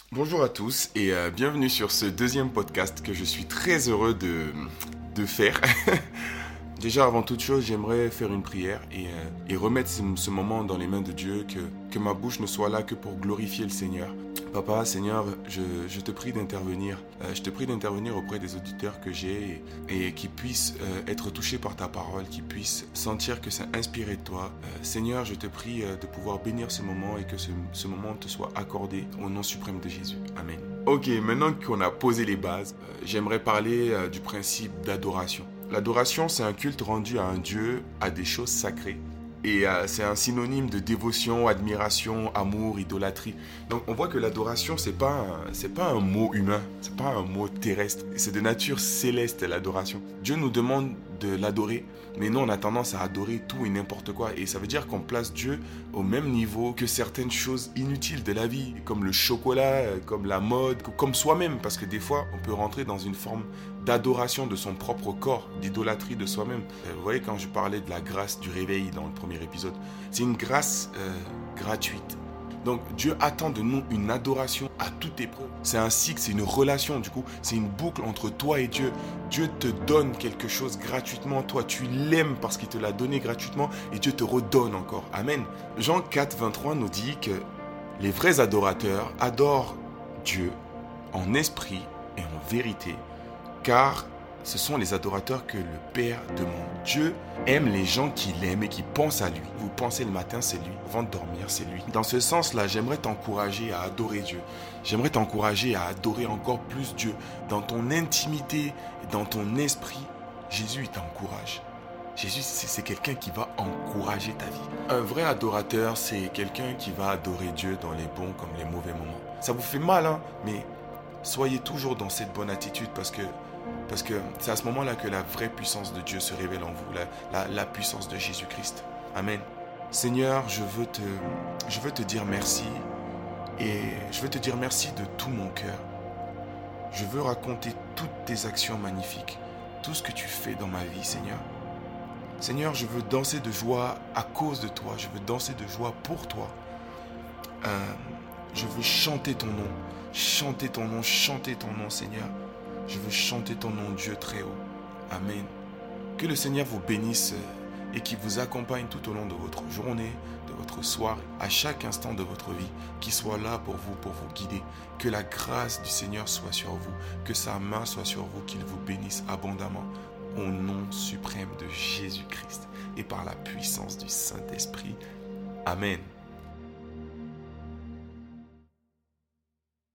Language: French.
Bonjour à tous et bienvenue sur ce deuxième podcast que je suis très heureux de faire. Déjà, avant toute chose, j'aimerais faire une prière et remettre ce moment dans les mains de Dieu, que ma bouche ne soit là que pour glorifier le Seigneur. Papa, Seigneur, je te prie d'intervenir. Je te prie d'intervenir auprès des auditeurs que j'ai et qui puissent être touchés par ta parole, qui puissent sentir que c'est inspiré de toi. Seigneur, je te prie de pouvoir bénir ce moment et que ce moment te soit accordé au nom suprême de Jésus. Amen. Ok, maintenant qu'on a posé les bases, j'aimerais parler du principe d'adoration. L'adoration, c'est un culte rendu à un Dieu, à des choses sacrées. Et c'est un synonyme de dévotion, admiration, amour, idolâtrie. Donc on voit que l'adoration, c'est pas un mot humain, c'est pas un mot terrestre. C'est de nature céleste, l'adoration. Dieu nous demande de l'adorer, mais nous on a tendance à adorer tout et n'importe quoi. Et ça veut dire qu'on place Dieu au même niveau que certaines choses inutiles de la vie, comme le chocolat, comme la mode, comme soi-même. Parce que des fois, on peut rentrer dans une forme d'adoration de son propre corps, d'idolâtrie de soi-même. Vous voyez, quand je parlais de la grâce du réveil dans le premier épisode, c'est une grâce gratuite. Donc Dieu attend de nous une adoration à toute épreuve. C'est un cycle, c'est une relation, du coup, c'est une boucle entre toi et Dieu. Dieu te donne quelque chose gratuitement, toi tu l'aimes parce qu'il te l'a donné gratuitement et Dieu te redonne encore. Amen. Jean 4, 23 nous dit que les vrais adorateurs adorent Dieu en esprit et en vérité, car ce sont les adorateurs que le Père demande. Dieu aime les gens qui l'aiment et qui pensent à lui. Vous pensez le matin, c'est lui. Avant de dormir, c'est lui. Dans ce sens-là, j'aimerais t'encourager à adorer Dieu. J'aimerais t'encourager à adorer encore plus Dieu. Dans ton intimité et dans ton esprit, Jésus, il t'encourage. Jésus, c'est quelqu'un qui va encourager ta vie. Un vrai adorateur, c'est quelqu'un qui va adorer Dieu dans les bons comme les mauvais moments. Ça vous fait mal, hein, mais soyez toujours dans cette bonne attitude parce que c'est à ce moment-là que la vraie puissance de Dieu se révèle en vous, la puissance de Jésus-Christ. Amen. Seigneur, je veux te dire merci et je veux te dire merci de tout mon cœur. Je veux raconter toutes tes actions magnifiques, tout ce que tu fais dans ma vie, Seigneur. Seigneur, je veux danser de joie à cause de toi, je veux danser de joie pour toi. Je veux chanter ton nom, chanter ton nom, chanter ton nom, Seigneur. Je veux chanter ton nom, Dieu très haut. Amen. Que le Seigneur vous bénisse et qu'il vous accompagne tout au long de votre journée, de votre soirée, à chaque instant de votre vie, qu'il soit là pour vous guider. Que la grâce du Seigneur soit sur vous, que sa main soit sur vous, qu'il vous bénisse abondamment. Au nom suprême de Jésus-Christ et par la puissance du Saint-Esprit. Amen.